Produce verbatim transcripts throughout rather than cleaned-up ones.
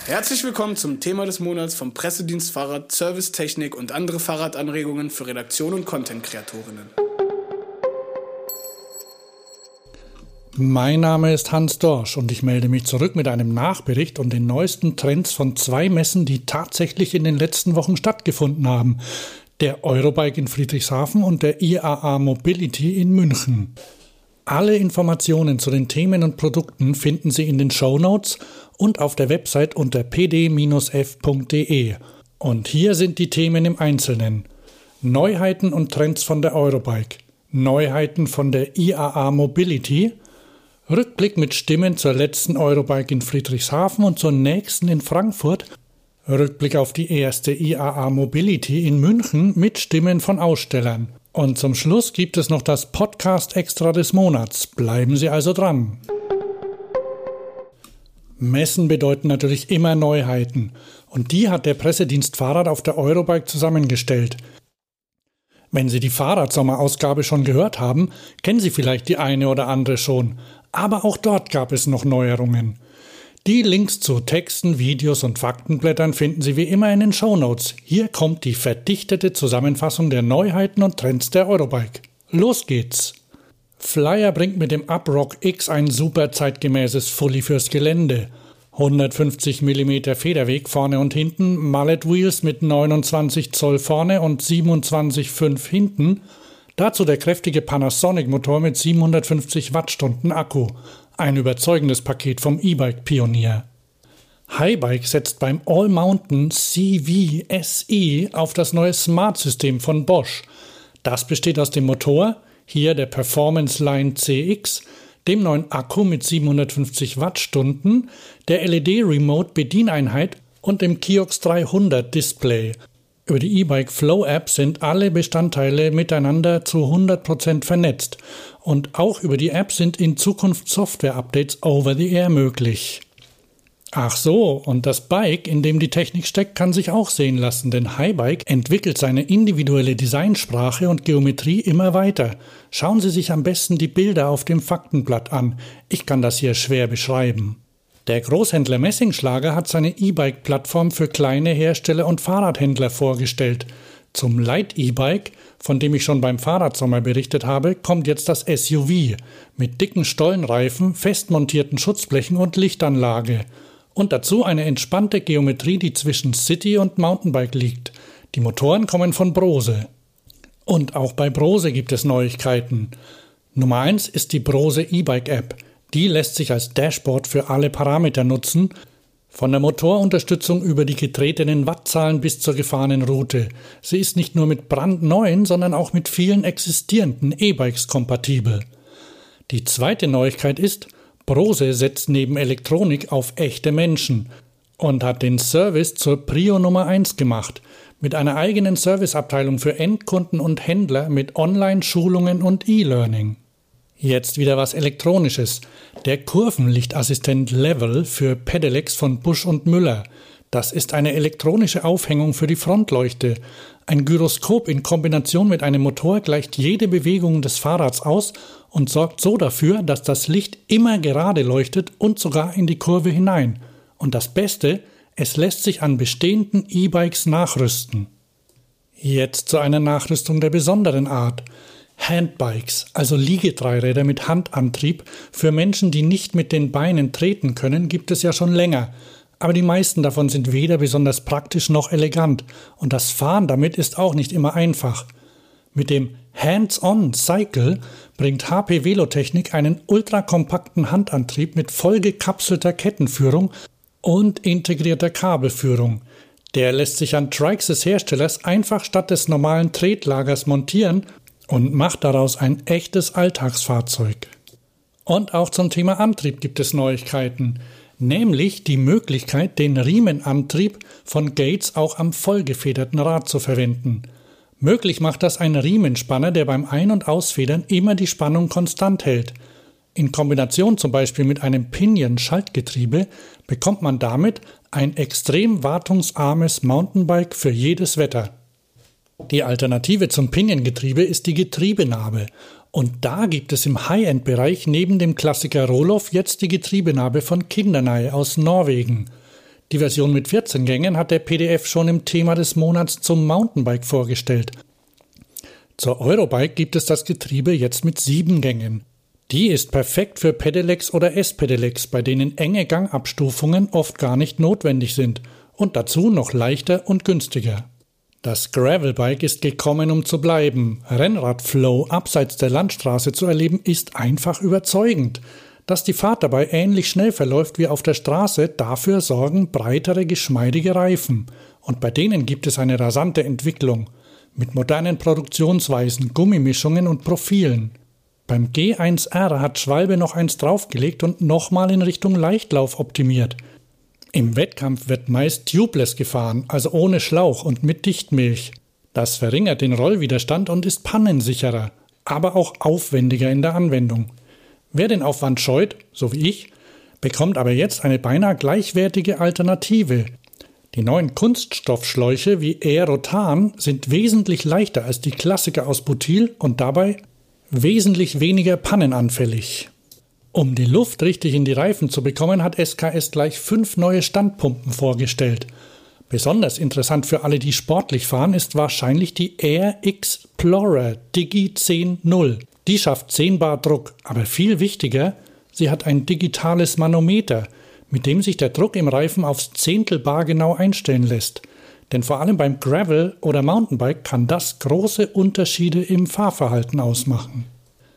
Herzlich willkommen zum Thema des Monats vom Pressedienst Fahrrad, Servicetechnik und andere Fahrradanregungen für Redaktion und Content-Kreatorinnen. Mein Name ist Hans Dorsch und ich melde mich zurück mit einem Nachbericht und den neuesten Trends von zwei Messen, die tatsächlich in den letzten Wochen stattgefunden haben. Der Eurobike in Friedrichshafen und der I A A Mobility in München. Alle Informationen zu den Themen und Produkten finden Sie in den Shownotes und auf der Website unter p d f punkt d e. Und hier sind die Themen im Einzelnen. Neuheiten und Trends von der Eurobike. Neuheiten von der I A A Mobility. Rückblick mit Stimmen zur letzten Eurobike in Friedrichshafen und zur nächsten in Frankfurt. Rückblick auf die erste I A A Mobility in München mit Stimmen von Ausstellern. Und zum Schluss gibt es noch das Podcast-Extra des Monats. Bleiben Sie also dran. Messen bedeuten natürlich immer Neuheiten. Und die hat der Pressedienst Fahrrad auf der Eurobike zusammengestellt. Wenn Sie die Fahrradsommerausgabe schon gehört haben, kennen Sie vielleicht die eine oder andere schon. Aber auch dort gab es noch Neuerungen. Die Links zu Texten, Videos und Faktenblättern finden Sie wie immer in den Shownotes. Hier kommt die verdichtete Zusammenfassung der Neuheiten und Trends der Eurobike. Los geht's! Flyer bringt mit dem Uprock X ein super zeitgemäßes Fully fürs Gelände. hundertfünfzig Millimeter Federweg vorne und hinten, Mallet Wheels mit neunundzwanzig Zoll vorne und siebenundzwanzig Komma fünf hinten. Dazu der kräftige Panasonic-Motor mit siebenhundertfünfzig Wattstunden Akku. Ein überzeugendes Paket vom E-Bike-Pionier. Highbike setzt beim All-Mountain C V S E auf das neue Smart-System von Bosch. Das besteht aus dem Motor, hier der Performance Line C X, dem neuen Akku mit siebenhundertfünfzig Wattstunden, der L E D-Remote-Bedieneinheit und dem Kiox dreihundert Display. Über die E-Bike Flow App sind alle Bestandteile miteinander zu hundert Prozent vernetzt und auch über die App sind in Zukunft Software-Updates over the air möglich. Ach so, und das Bike, in dem die Technik steckt, kann sich auch sehen lassen, denn Highbike entwickelt seine individuelle Designsprache und Geometrie immer weiter. Schauen Sie sich am besten die Bilder auf dem Faktenblatt an. Ich kann das hier schwer beschreiben. Der Großhändler Messingschlager hat seine E-Bike-Plattform für kleine Hersteller und Fahrradhändler vorgestellt. Zum Light-E-Bike, von dem ich schon beim Fahrradsommer berichtet habe, kommt jetzt das S U V mit dicken Stollenreifen, fest montierten Schutzblechen und Lichtanlage. Und dazu eine entspannte Geometrie, die zwischen City und Mountainbike liegt. Die Motoren kommen von Brose. Und auch bei Brose gibt es Neuigkeiten. Nummer eins ist die Brose E-Bike-App. Die lässt sich als Dashboard für alle Parameter nutzen, von der Motorunterstützung über die getretenen Wattzahlen bis zur gefahrenen Route. Sie ist nicht nur mit brandneuen, sondern auch mit vielen existierenden E-Bikes kompatibel. Die zweite Neuigkeit ist, Brose setzt neben Elektronik auf echte Menschen und hat den Service zur Prio Nummer eins gemacht, mit einer eigenen Serviceabteilung für Endkunden und Händler mit Online-Schulungen und E-Learning. Jetzt wieder was Elektronisches. Der Kurvenlichtassistent Level für Pedelecs von Busch und Müller. Das ist eine elektronische Aufhängung für die Frontleuchte. Ein Gyroskop in Kombination mit einem Motor gleicht jede Bewegung des Fahrrads aus und sorgt so dafür, dass das Licht immer gerade leuchtet und sogar in die Kurve hinein. Und das Beste, es lässt sich an bestehenden E-Bikes nachrüsten. Jetzt zu einer Nachrüstung der besonderen Art. Handbikes, also Liegedreiräder mit Handantrieb für Menschen, die nicht mit den Beinen treten können, gibt es ja schon länger. Aber die meisten davon sind weder besonders praktisch noch elegant und das Fahren damit ist auch nicht immer einfach. Mit dem Hands-on Cycle bringt H P Velotechnik einen ultrakompakten Handantrieb mit vollgekapselter Kettenführung und integrierter Kabelführung. Der lässt sich an Trikes des Herstellers einfach statt des normalen Tretlagers montieren und macht daraus ein echtes Alltagsfahrzeug. Und auch zum Thema Antrieb gibt es Neuigkeiten, nämlich die Möglichkeit, den Riemenantrieb von Gates auch am vollgefederten Rad zu verwenden. Möglich macht das ein Riemenspanner, der beim Ein- und Ausfedern immer die Spannung konstant hält. In Kombination zum Beispiel mit einem Pinion-Schaltgetriebe bekommt man damit ein extrem wartungsarmes Mountainbike für jedes Wetter. Die Alternative zum Pinion-Getriebe ist die Getriebenabe. Und da gibt es im High-End-Bereich neben dem Klassiker Roloff jetzt die Getriebenabe von Kindernei aus Norwegen. Die Version mit vierzehn Gängen hat der P D F schon im Thema des Monats zum Mountainbike vorgestellt. Zur Eurobike gibt es das Getriebe jetzt mit sieben Gängen. Die ist perfekt für Pedelecs oder S-Pedelecs, bei denen enge Gangabstufungen oft gar nicht notwendig sind und dazu noch leichter und günstiger. Das Gravelbike ist gekommen, um zu bleiben. Rennradflow abseits der Landstraße zu erleben, ist einfach überzeugend. Dass die Fahrt dabei ähnlich schnell verläuft wie auf der Straße, dafür sorgen breitere, geschmeidige Reifen. Und bei denen gibt es eine rasante Entwicklung. Mit modernen Produktionsweisen, Gummimischungen und Profilen. Beim G eins R hat Schwalbe noch eins draufgelegt und nochmal in Richtung Leichtlauf optimiert. Im Wettkampf wird meist tubeless gefahren, also ohne Schlauch und mit Dichtmilch. Das verringert den Rollwiderstand und ist pannensicherer, aber auch aufwendiger in der Anwendung. Wer den Aufwand scheut, so wie ich, bekommt aber jetzt eine beinahe gleichwertige Alternative. Die neuen Kunststoffschläuche wie Aerotan sind wesentlich leichter als die Klassiker aus Butyl und dabei wesentlich weniger pannenanfällig. Um die Luft richtig in die Reifen zu bekommen, hat S K S gleich fünf neue Standpumpen vorgestellt. Besonders interessant für alle, die sportlich fahren, ist wahrscheinlich die Air Explorer Digi zehn Punkt null. Die schafft zehn Bar Druck, aber viel wichtiger, sie hat ein digitales Manometer, mit dem sich der Druck im Reifen aufs Zehntel Bar genau einstellen lässt. Denn vor allem beim Gravel oder Mountainbike kann das große Unterschiede im Fahrverhalten ausmachen.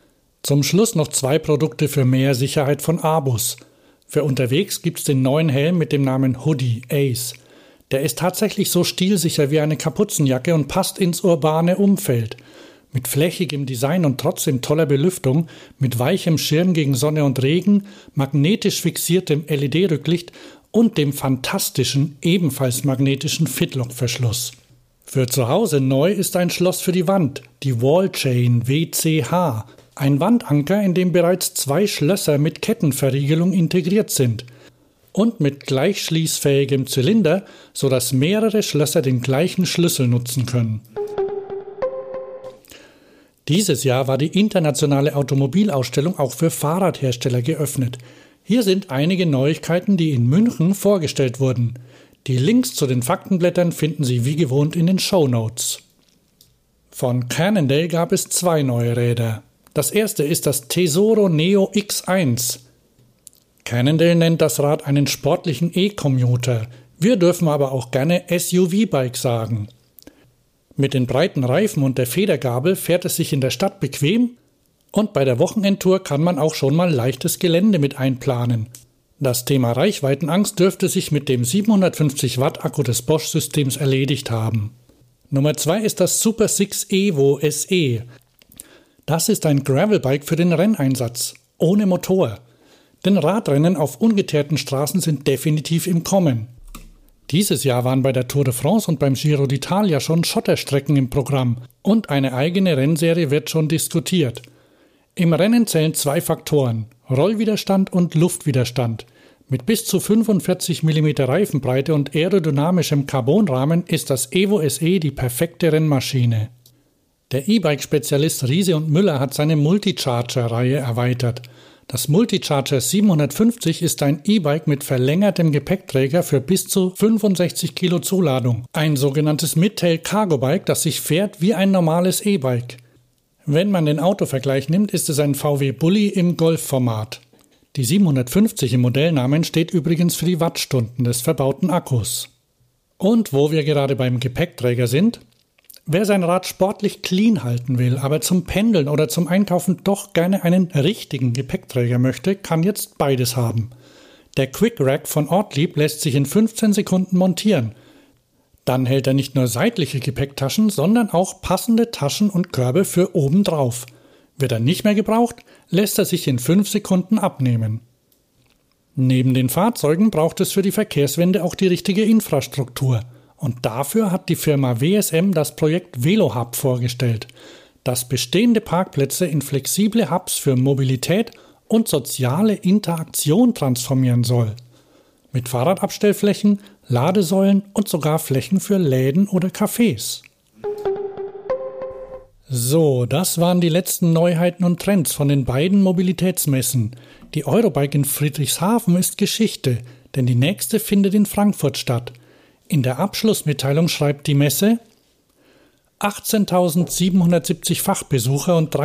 Zum Schluss noch zwei Produkte für mehr Sicherheit von Abus. Für unterwegs gibt es den neuen Helm mit dem Namen Hoodie Ace. Der ist tatsächlich so stilsicher wie eine Kapuzenjacke und passt ins urbane Umfeld. Mit flächigem Design und trotzdem toller Belüftung, mit weichem Schirm gegen Sonne und Regen, magnetisch fixiertem L E D-Rücklicht und dem fantastischen, ebenfalls magnetischen Fitlock-Verschluss. Für zu Hause neu ist ein Schloss für die Wand, die Wallchain W C H. Ein Wandanker, in dem bereits zwei Schlösser mit Kettenverriegelung integriert sind. Und mit gleichschließfähigem Zylinder, sodass mehrere Schlösser den gleichen Schlüssel nutzen können. Dieses Jahr war die internationale Automobilausstellung auch für Fahrradhersteller geöffnet. Hier sind einige Neuigkeiten, die in München vorgestellt wurden. Die Links zu den Faktenblättern finden Sie wie gewohnt in den Shownotes. Von Cannondale gab es zwei neue Räder. Das erste ist das Tesoro Neo X eins. Cannondale nennt das Rad einen sportlichen E-Commuter. Wir dürfen aber auch gerne S U V-Bike sagen. Mit den breiten Reifen und der Federgabel fährt es sich in der Stadt bequem und bei der Wochenendtour kann man auch schon mal leichtes Gelände mit einplanen. Das Thema Reichweitenangst dürfte sich mit dem siebenhundertfünfzig Watt Akku des Bosch-Systems erledigt haben. Nummer zwei ist das Super six Evo S E. Das ist ein Gravelbike für den Renneinsatz, ohne Motor. Denn Radrennen auf ungeteerten Straßen sind definitiv im Kommen. Dieses Jahr waren bei der Tour de France und beim Giro d'Italia schon Schotterstrecken im Programm und eine eigene Rennserie wird schon diskutiert. Im Rennen zählen zwei Faktoren, Rollwiderstand und Luftwiderstand. Mit bis zu fünfundvierzig Millimeter Reifenbreite und aerodynamischem Carbonrahmen ist das Evo S E die perfekte Rennmaschine. Der E-Bike-Spezialist Riese und Müller hat seine Multicharger-Reihe erweitert. Das Multicharger siebenhundertfünfzig ist ein E-Bike mit verlängertem Gepäckträger für bis zu fünfundsechzig Kilo Zuladung. Ein sogenanntes Midtail-Cargo-Bike, das sich fährt wie ein normales E-Bike. Wenn man den Autovergleich nimmt, ist es ein V W Bulli im Golf-Format. Die siebenhundertfünfzig im Modellnamen steht übrigens für die Wattstunden des verbauten Akkus. Und wo wir gerade beim Gepäckträger sind: Wer sein Rad sportlich clean halten will, aber zum Pendeln oder zum Einkaufen doch gerne einen richtigen Gepäckträger möchte, kann jetzt beides haben. Der Quick Rack von Ortlieb lässt sich in fünfzehn Sekunden montieren. Dann hält er nicht nur seitliche Gepäcktaschen, sondern auch passende Taschen und Körbe für obendrauf. Wird er nicht mehr gebraucht, lässt er sich in fünf Sekunden abnehmen. Neben den Fahrzeugen braucht es für die Verkehrswende auch die richtige Infrastruktur. Und dafür hat die Firma W S M das Projekt VeloHub vorgestellt, das bestehende Parkplätze in flexible Hubs für Mobilität und soziale Interaktion transformieren soll. Mit Fahrradabstellflächen, Ladesäulen und sogar Flächen für Läden oder Cafés. So, das waren die letzten Neuheiten und Trends von den beiden Mobilitätsmessen. Die Eurobike in Friedrichshafen ist Geschichte. denn die nächste findet in Frankfurt statt. In der Abschlussmitteilung schreibt die Messe: achtzehntausendsiebenhundertsiebzig Fachbesucher und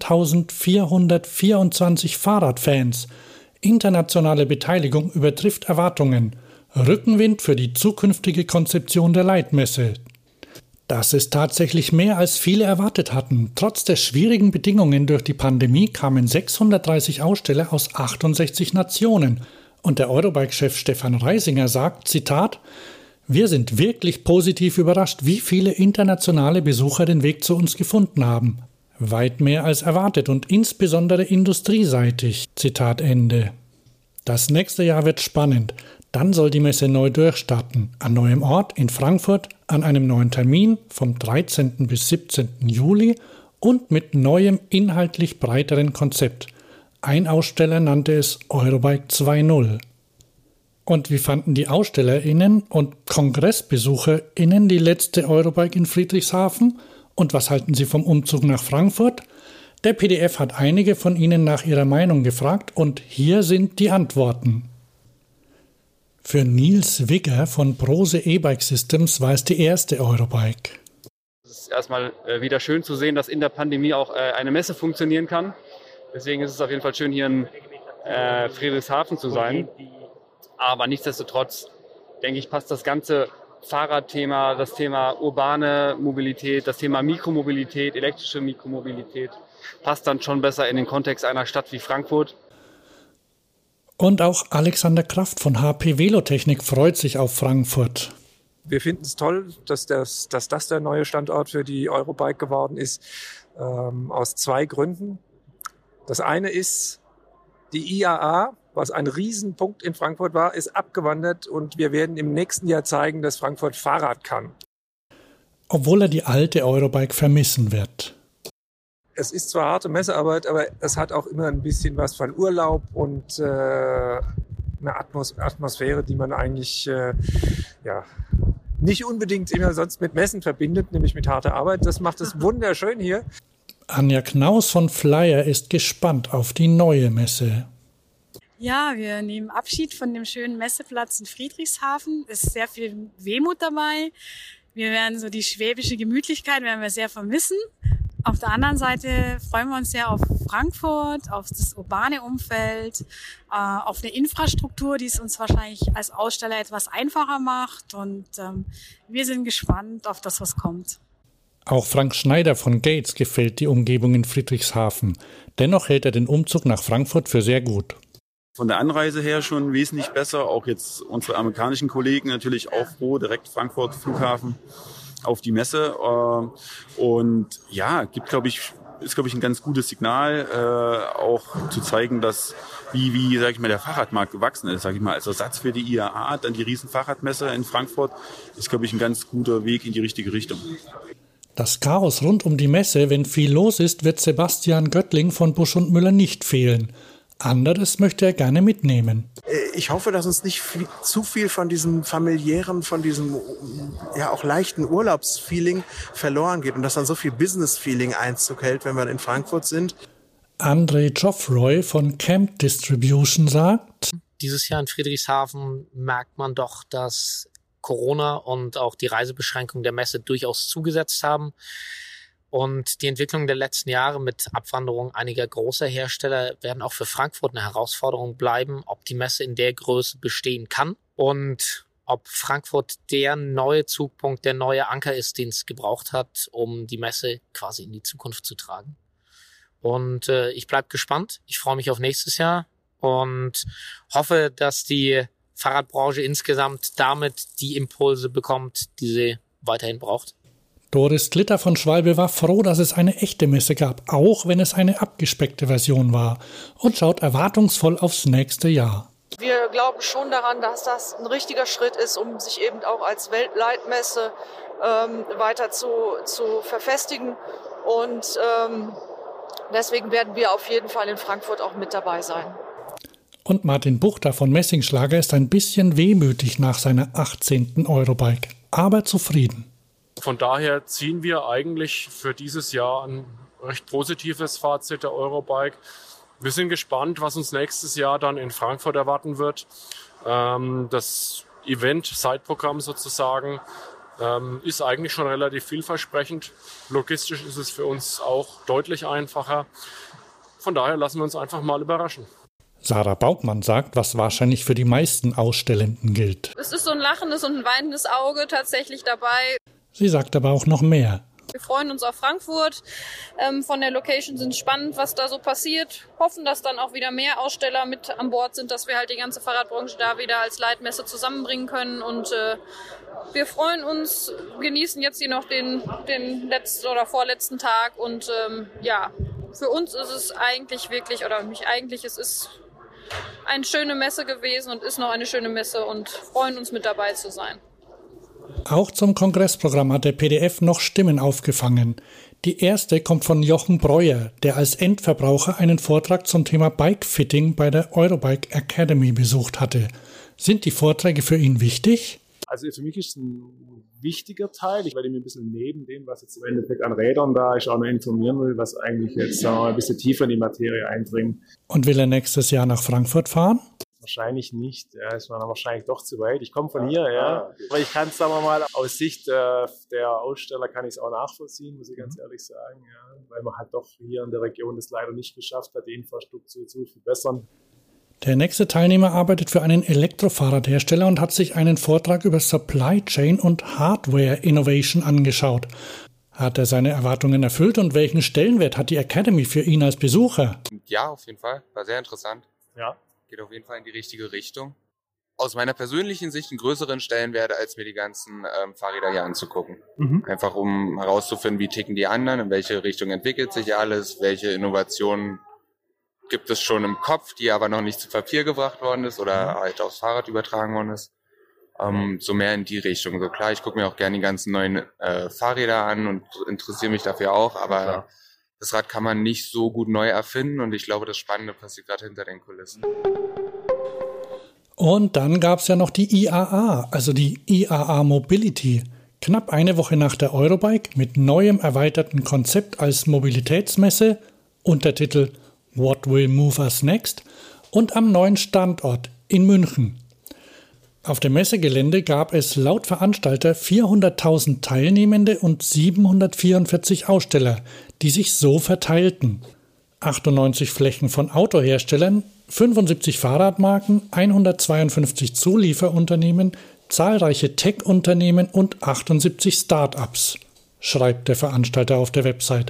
dreizehntausendvierhundertvierundzwanzig Fahrradfans. Internationale Beteiligung übertrifft Erwartungen. Rückenwind für die zukünftige Konzeption der Leitmesse. Das ist tatsächlich mehr, als viele erwartet hatten. Trotz der schwierigen Bedingungen durch die Pandemie kamen sechshundertdreißig Aussteller aus achtundsechzig Nationen. Und der Eurobike-Chef Stefan Reisinger sagt, Zitat: Wir sind wirklich positiv überrascht, wie viele internationale Besucher den Weg zu uns gefunden haben. Weit mehr als erwartet und insbesondere industrieseitig. Zitat Ende. Das nächste Jahr wird spannend. Dann soll die Messe neu durchstarten. An neuem Ort in Frankfurt, an einem neuen Termin vom dreizehnten bis siebzehnten Juli und mit neuem, inhaltlich breiteren Konzept. Ein Aussteller nannte es Eurobike zwei Punkt null. Und wie fanden die AusstellerInnen und KongressbesucherInnen die letzte Eurobike in Friedrichshafen? Und was halten sie vom Umzug nach Frankfurt? Der P D F hat einige von ihnen nach ihrer Meinung gefragt und hier sind die Antworten. Für Nils Wigger von Brose E-Bike Systems war es die erste Eurobike. Es ist erstmal wieder schön zu sehen, dass in der Pandemie auch eine Messe funktionieren kann. Deswegen ist es auf jeden Fall schön, hier in Friedrichshafen zu sein. Aber nichtsdestotrotz, denke ich, passt das ganze Fahrradthema, das Thema urbane Mobilität, das Thema Mikromobilität, elektrische Mikromobilität, passt dann schon besser in den Kontext einer Stadt wie Frankfurt. Und auch Alexander Kraft von H P Velotechnik freut sich auf Frankfurt. Wir finden es toll, dass das, dass das der neue Standort für die Eurobike geworden ist, ähm, aus zwei Gründen. Das eine ist, die I A A, was ein Riesenpunkt in Frankfurt war, ist abgewandert und wir werden im nächsten Jahr zeigen, dass Frankfurt Fahrrad kann. Obwohl er die alte Eurobike vermissen wird. Es ist zwar harte Messearbeit, aber es hat auch immer ein bisschen was von Urlaub und äh, eine Atmos- Atmosphäre, die man eigentlich äh, ja, nicht unbedingt immer sonst mit Messen verbindet, nämlich mit harter Arbeit. Das macht es wunderschön hier. Anja Knaus von Flyer ist gespannt auf die neue Messe. Ja, wir nehmen Abschied von dem schönen Messeplatz in Friedrichshafen. Es ist sehr viel Wehmut dabei. Wir werden so die schwäbische Gemütlichkeit werden wir sehr vermissen. Auf der anderen Seite freuen wir uns sehr auf Frankfurt, auf das urbane Umfeld, äh, auf eine Infrastruktur, die es uns wahrscheinlich als Aussteller etwas einfacher macht. Und ähm, wir sind gespannt auf das, was kommt. Auch Frank Schneider von Gates gefällt die Umgebung in Friedrichshafen. Dennoch hält er den Umzug nach Frankfurt für sehr gut. Von der Anreise her schon wesentlich besser. Auch jetzt unsere amerikanischen Kollegen natürlich auch froh, direkt Frankfurt Flughafen auf die Messe. Und ja, gibt, glaube ich, ist, glaube ich, ein ganz gutes Signal, äh, auch zu zeigen, dass wie, wie, sage ich mal, der Fahrradmarkt gewachsen ist, sage ich mal, als Ersatz für die I A A, dann die Riesenfahrradmesse in Frankfurt, ist, glaube ich, ein ganz guter Weg in die richtige Richtung. Das Chaos rund um die Messe, wenn viel los ist, wird Sebastian Göttling von Busch und Müller nicht fehlen. Anderes möchte er gerne mitnehmen. Ich hoffe, dass uns nicht viel, zu viel von diesem familiären, von diesem ja auch leichten Urlaubsfeeling verloren geht und dass dann so viel Business-Feeling Einzug hält, wenn wir in Frankfurt sind. André Joffroy von Camp Distribution sagt: Dieses Jahr in Friedrichshafen merkt man doch, dass Corona und auch die Reisebeschränkungen der Messe durchaus zugesetzt haben. Und die Entwicklung der letzten Jahre mit Abwanderung einiger großer Hersteller werden auch für Frankfurt eine Herausforderung bleiben, ob die Messe in der Größe bestehen kann und ob Frankfurt der neue Zugpunkt, der neue Anker ist, den es gebraucht hat, um die Messe quasi in die Zukunft zu tragen. Und äh, ich bleibe gespannt. Ich freue mich auf nächstes Jahr und hoffe, dass die Fahrradbranche insgesamt damit die Impulse bekommt, die sie weiterhin braucht. Doris Glitter von Schwalbe war froh, dass es eine echte Messe gab, auch wenn es eine abgespeckte Version war, und schaut erwartungsvoll aufs nächste Jahr. Wir glauben schon daran, dass das ein richtiger Schritt ist, um sich eben auch als Weltleitmesse ähm, weiter zu, zu verfestigen. Und ähm, deswegen werden wir auf jeden Fall in Frankfurt auch mit dabei sein. Und Martin Buchter von Messingschlager ist ein bisschen wehmütig nach seiner achtzehnten Eurobike, aber zufrieden. Von daher ziehen wir eigentlich für dieses Jahr ein recht positives Fazit der Eurobike. Wir sind gespannt, was uns nächstes Jahr dann in Frankfurt erwarten wird. Ähm, das Event-Side-Programm sozusagen ähm, ist eigentlich schon relativ vielversprechend. Logistisch ist es für uns auch deutlich einfacher. Von daher lassen wir uns einfach mal überraschen. Sarah Baugmann sagt, was wahrscheinlich für die meisten Ausstellenden gilt. Es ist so ein lachendes und ein weinendes Auge tatsächlich dabei. Sie sagt aber auch noch mehr. Wir freuen uns auf Frankfurt. Ähm, von der Location sind spannend, was da so passiert. Hoffen, dass dann auch wieder mehr Aussteller mit an Bord sind, dass wir halt die ganze Fahrradbranche da wieder als Leitmesse zusammenbringen können. Und äh, wir freuen uns, genießen jetzt hier noch den, den letzten oder vorletzten Tag. Und ähm, ja, für uns ist es eigentlich wirklich, oder nicht eigentlich, es ist eine schöne Messe gewesen und ist noch eine schöne Messe und freuen uns mit dabei zu sein. Auch zum Kongressprogramm hat der P D F noch Stimmen aufgefangen. Die erste kommt von Jochen Breuer, der als Endverbraucher einen Vortrag zum Thema Bikefitting bei der Eurobike Academy besucht hatte. Sind die Vorträge für ihn wichtig? Also für mich ist es ein wichtiger Teil, weil ich mir ein bisschen neben dem, was jetzt im Endeffekt an Rädern da ist, auch noch informieren will, was eigentlich jetzt sagen wir mal, ein bisschen tiefer in die Materie eindringt. Und will er nächstes Jahr nach Frankfurt fahren? Wahrscheinlich nicht, ja, ist mir dann wahrscheinlich doch zu weit. Ich komme von hier, ja. Aber ich kann es, sagen wir mal, aus Sicht äh, der Aussteller kann ich es auch nachvollziehen, muss ich ganz ehrlich sagen, ja. Weil man halt doch hier in der Region es leider nicht geschafft hat, die Infrastruktur zu verbessern. Der nächste Teilnehmer arbeitet für einen Elektrofahrradhersteller und hat sich einen Vortrag über Supply Chain und Hardware Innovation angeschaut. Hat er seine Erwartungen erfüllt und welchen Stellenwert hat die Academy für ihn als Besucher? Ja, auf jeden Fall. War sehr interessant. Ja. Geht auf jeden Fall in die richtige Richtung. Aus meiner persönlichen Sicht einen größeren Stellenwert, als mir die ganzen ähm, Fahrräder hier anzugucken. Mhm. Einfach um herauszufinden, wie ticken die anderen, in welche Richtung entwickelt sich alles, welche Innovationen gibt es schon im Kopf, die aber noch nicht zu Papier gebracht worden ist oder halt aufs Fahrrad übertragen worden ist. Ähm, so mehr in die Richtung. So klar, ich gucke mir auch gerne die ganzen neuen äh, Fahrräder an und interessiere mich dafür auch, aber ja. Das Rad kann man nicht so gut neu erfinden und ich glaube, das Spannende passiert gerade hinter den Kulissen. Und dann gab es ja noch die I A A, also die I A A Mobility. Knapp eine Woche nach der Eurobike mit neuem erweiterten Konzept als Mobilitätsmesse, Untertitel What Will Move Us Next und am neuen Standort in München. Auf dem Messegelände gab es laut Veranstalter vierhunderttausend Teilnehmende und siebenhundertvierundvierzig Aussteller, die sich so verteilten. achtundneunzig Flächen von Autoherstellern, fünfundsiebzig Fahrradmarken, hundertzweiundfünfzig Zulieferunternehmen, zahlreiche Tech-Unternehmen und achtundsiebzig Start-ups, schreibt der Veranstalter auf der Website.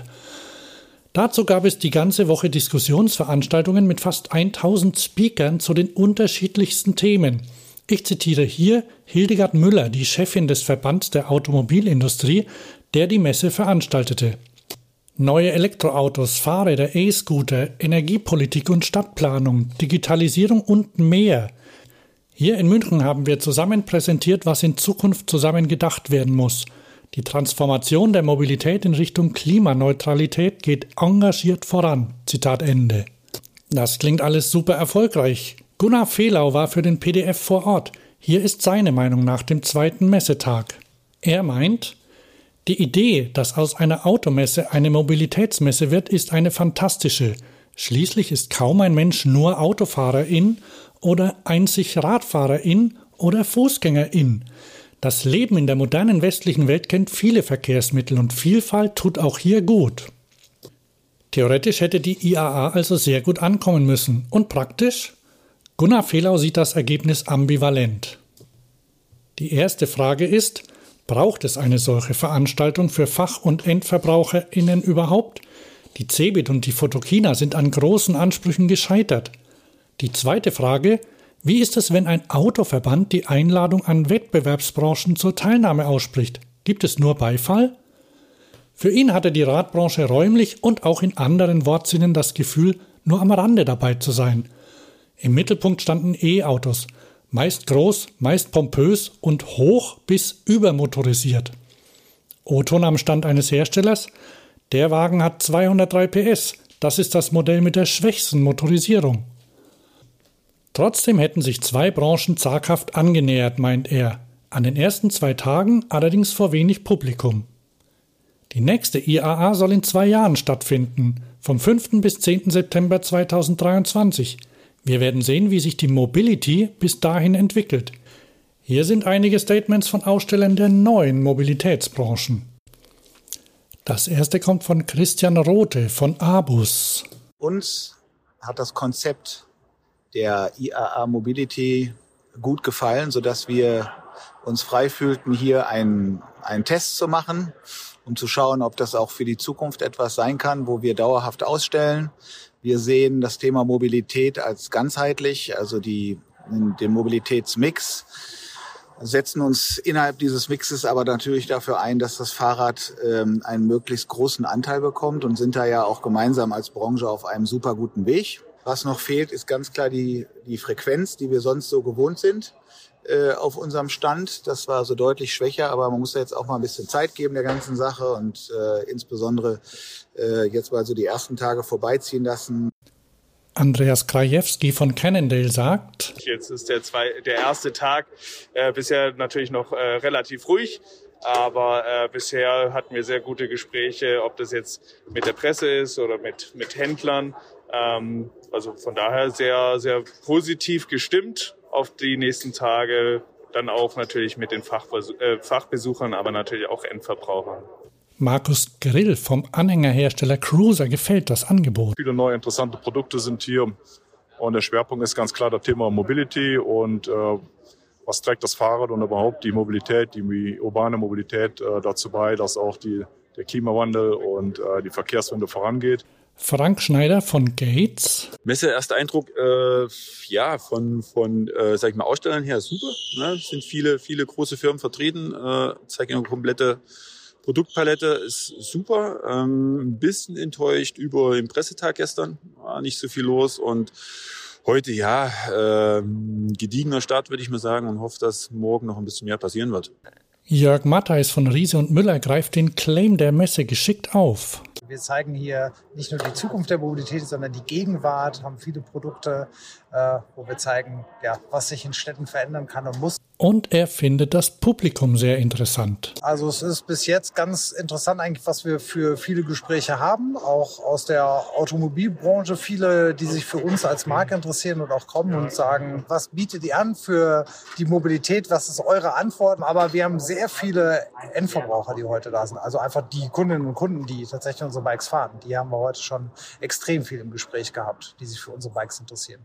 Dazu gab es die ganze Woche Diskussionsveranstaltungen mit fast tausend Speakern zu den unterschiedlichsten Themen. Ich zitiere hier Hildegard Müller, die Chefin des Verbands der Automobilindustrie, der die Messe veranstaltete. Neue Elektroautos, Fahrräder, E-Scooter, Energiepolitik und Stadtplanung, Digitalisierung und mehr. Hier in München haben wir zusammen präsentiert, was in Zukunft zusammen gedacht werden muss. Die Transformation der Mobilität in Richtung Klimaneutralität geht engagiert voran. Zitat Ende. Das klingt alles super erfolgreich. Gunnar Fehlau war für den P D F vor Ort. Hier ist seine Meinung nach dem zweiten Messetag. Er meint, die Idee, dass aus einer Automesse eine Mobilitätsmesse wird, ist eine fantastische. Schließlich ist kaum ein Mensch nur Autofahrerin oder einzig Radfahrerin oder Fußgängerin. Das Leben in der modernen westlichen Welt kennt viele Verkehrsmittel und Vielfalt tut auch hier gut. Theoretisch hätte die I A A also sehr gut ankommen müssen. Und praktisch? Gunnar Fehlau sieht das Ergebnis ambivalent. Die erste Frage ist, braucht es eine solche Veranstaltung für Fach- und EndverbraucherInnen überhaupt? Die CeBIT und die Photokina sind an großen Ansprüchen gescheitert. Die zweite Frage, wie ist es, wenn ein Autoverband die Einladung an Wettbewerbsbranchen zur Teilnahme ausspricht? Gibt es nur Beifall? Für ihn hatte die Radbranche räumlich und auch in anderen Wortsinnen das Gefühl, nur am Rande dabei zu sein. Im Mittelpunkt standen E-Autos, meist groß, meist pompös und hoch bis übermotorisiert. O-Ton am Stand eines Herstellers, der Wagen hat zweihundertdrei P S, das ist das Modell mit der schwächsten Motorisierung. Trotzdem hätten sich zwei Branchen zaghaft angenähert, meint er, an den ersten zwei Tagen allerdings vor wenig Publikum. Die nächste I A A soll in zwei Jahren stattfinden, vom fünften bis zehnten September zweitausenddreiundzwanzig. Wir werden sehen, wie sich die Mobility bis dahin entwickelt. Hier sind einige Statements von Ausstellern der neuen Mobilitätsbranchen. Das erste kommt von Christian Rothe von Abus. Uns hat das Konzept der I A A Mobility gut gefallen, sodass wir uns frei fühlten, hier einen, einen Test zu machen, um zu schauen, ob das auch für die Zukunft etwas sein kann, wo wir dauerhaft ausstellen. Wir sehen das Thema Mobilität als ganzheitlich, also die, den Mobilitätsmix, setzen uns innerhalb dieses Mixes aber natürlich dafür ein, dass das Fahrrad ähm, einen möglichst großen Anteil bekommt und sind da ja auch gemeinsam als Branche auf einem super guten Weg. Was noch fehlt, ist ganz klar die, die Frequenz, die wir sonst so gewohnt sind äh, auf unserem Stand. Das war so deutlich schwächer, aber man muss da jetzt auch mal ein bisschen Zeit geben der ganzen Sache und äh, insbesondere äh, jetzt mal so die ersten Tage vorbeiziehen lassen. Andreas Krajewski von Cannondale sagt: Jetzt ist der, zwei, der erste Tag äh, bisher natürlich noch äh, relativ ruhig, aber äh, bisher hatten wir sehr gute Gespräche, ob das jetzt mit der Presse ist oder mit, mit Händlern. Ähm, also von daher sehr, sehr positiv gestimmt auf die nächsten Tage, dann auch natürlich mit den Fachbesuch, äh, Fachbesuchern, aber natürlich auch Endverbrauchern. Markus Grill vom Anhängerhersteller Cruiser gefällt das Angebot. Viele neue interessante Produkte sind hier und der Schwerpunkt ist ganz klar das Thema Mobility und äh, was trägt das Fahrrad und überhaupt die Mobilität, die urbane Mobilität äh, dazu bei, dass auch die, der Klimawandel und äh, die Verkehrswende vorangeht. Frank Schneider von Gates. Messe, erster Eindruck, äh, ja, von, von äh, sag ich mal, Ausstellern her super. Ne? Es sind viele, viele große Firmen vertreten, äh, zeigen eine komplette Produktpalette, ist super. Ähm, ein bisschen enttäuscht über den Pressetag gestern, war nicht so viel los und heute, ja, äh, gediegener Start, würde ich mal sagen, und hoffe, dass morgen noch ein bisschen mehr passieren wird. Jörg Mattheis von Riese und Müller greift den Claim der Messe geschickt auf. Wir zeigen hier nicht nur die Zukunft der Mobilität, sondern die Gegenwart, haben viele Produkte, äh, wo wir zeigen, ja, was sich in Städten verändern kann und muss. Und er findet das Publikum sehr interessant. Also es ist bis jetzt ganz interessant eigentlich, was wir für viele Gespräche haben, auch aus der Automobilbranche, viele, die sich für uns als Marke interessieren und auch kommen und sagen, was bietet ihr an für die Mobilität, was ist eure Antwort? Aber wir haben sehr viele Endverbraucher, die heute da sind, also einfach die Kundinnen und Kunden, die tatsächlich unsere Bikes fahren. Die haben wir heute schon extrem viel im Gespräch gehabt, die sich für unsere Bikes interessieren.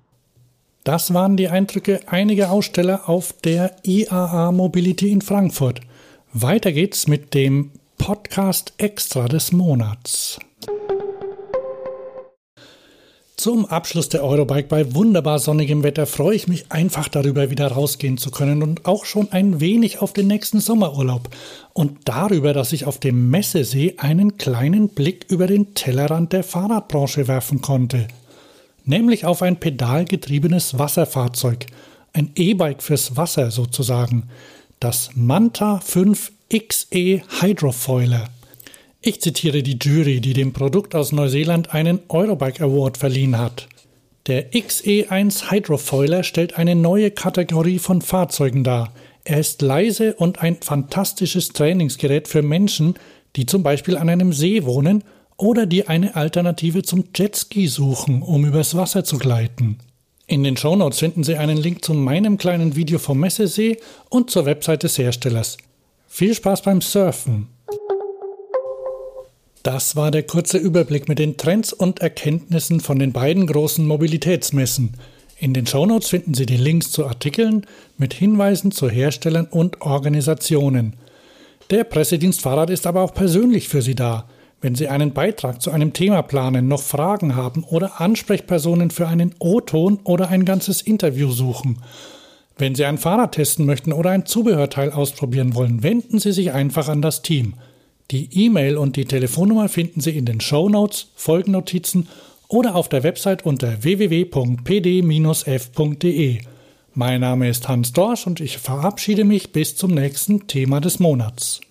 Das waren die Eindrücke einiger Aussteller auf der I A A Mobility in Frankfurt. Weiter geht's mit dem Podcast Extra des Monats. Zum Abschluss der Eurobike bei wunderbar sonnigem Wetter freue ich mich einfach darüber, wieder rausgehen zu können und auch schon ein wenig auf den nächsten Sommerurlaub. Und darüber, dass ich auf dem Messesee einen kleinen Blick über den Tellerrand der Fahrradbranche werfen konnte. Nämlich auf ein pedalgetriebenes Wasserfahrzeug, ein E-Bike fürs Wasser sozusagen, das Manta fünf X E Hydrofoiler. Ich zitiere die Jury, die dem Produkt aus Neuseeland einen Eurobike Award verliehen hat. Der X E eins Hydrofoiler stellt eine neue Kategorie von Fahrzeugen dar. Er ist leise und ein fantastisches Trainingsgerät für Menschen, die zum Beispiel an einem See wohnen oder die eine Alternative zum Jetski suchen, um übers Wasser zu gleiten. In den Shownotes finden Sie einen Link zu meinem kleinen Video vom Messesee und zur Website des Herstellers. Viel Spaß beim Surfen! Das war der kurze Überblick mit den Trends und Erkenntnissen von den beiden großen Mobilitätsmessen. In den Shownotes finden Sie die Links zu Artikeln mit Hinweisen zu Herstellern und Organisationen. Der Pressedienst Fahrrad ist aber auch persönlich für Sie da. Wenn Sie einen Beitrag zu einem Thema planen, noch Fragen haben oder Ansprechpersonen für einen O-Ton oder ein ganzes Interview suchen. Wenn Sie ein Fahrrad testen möchten oder ein Zubehörteil ausprobieren wollen, wenden Sie sich einfach an das Team. Die E-Mail und die Telefonnummer finden Sie in den Shownotes, Folgennotizen oder auf der Website unter w w w punkt p d Bindestrich f punkt d e. Mein Name ist Hans Dorsch und ich verabschiede mich bis zum nächsten Thema des Monats.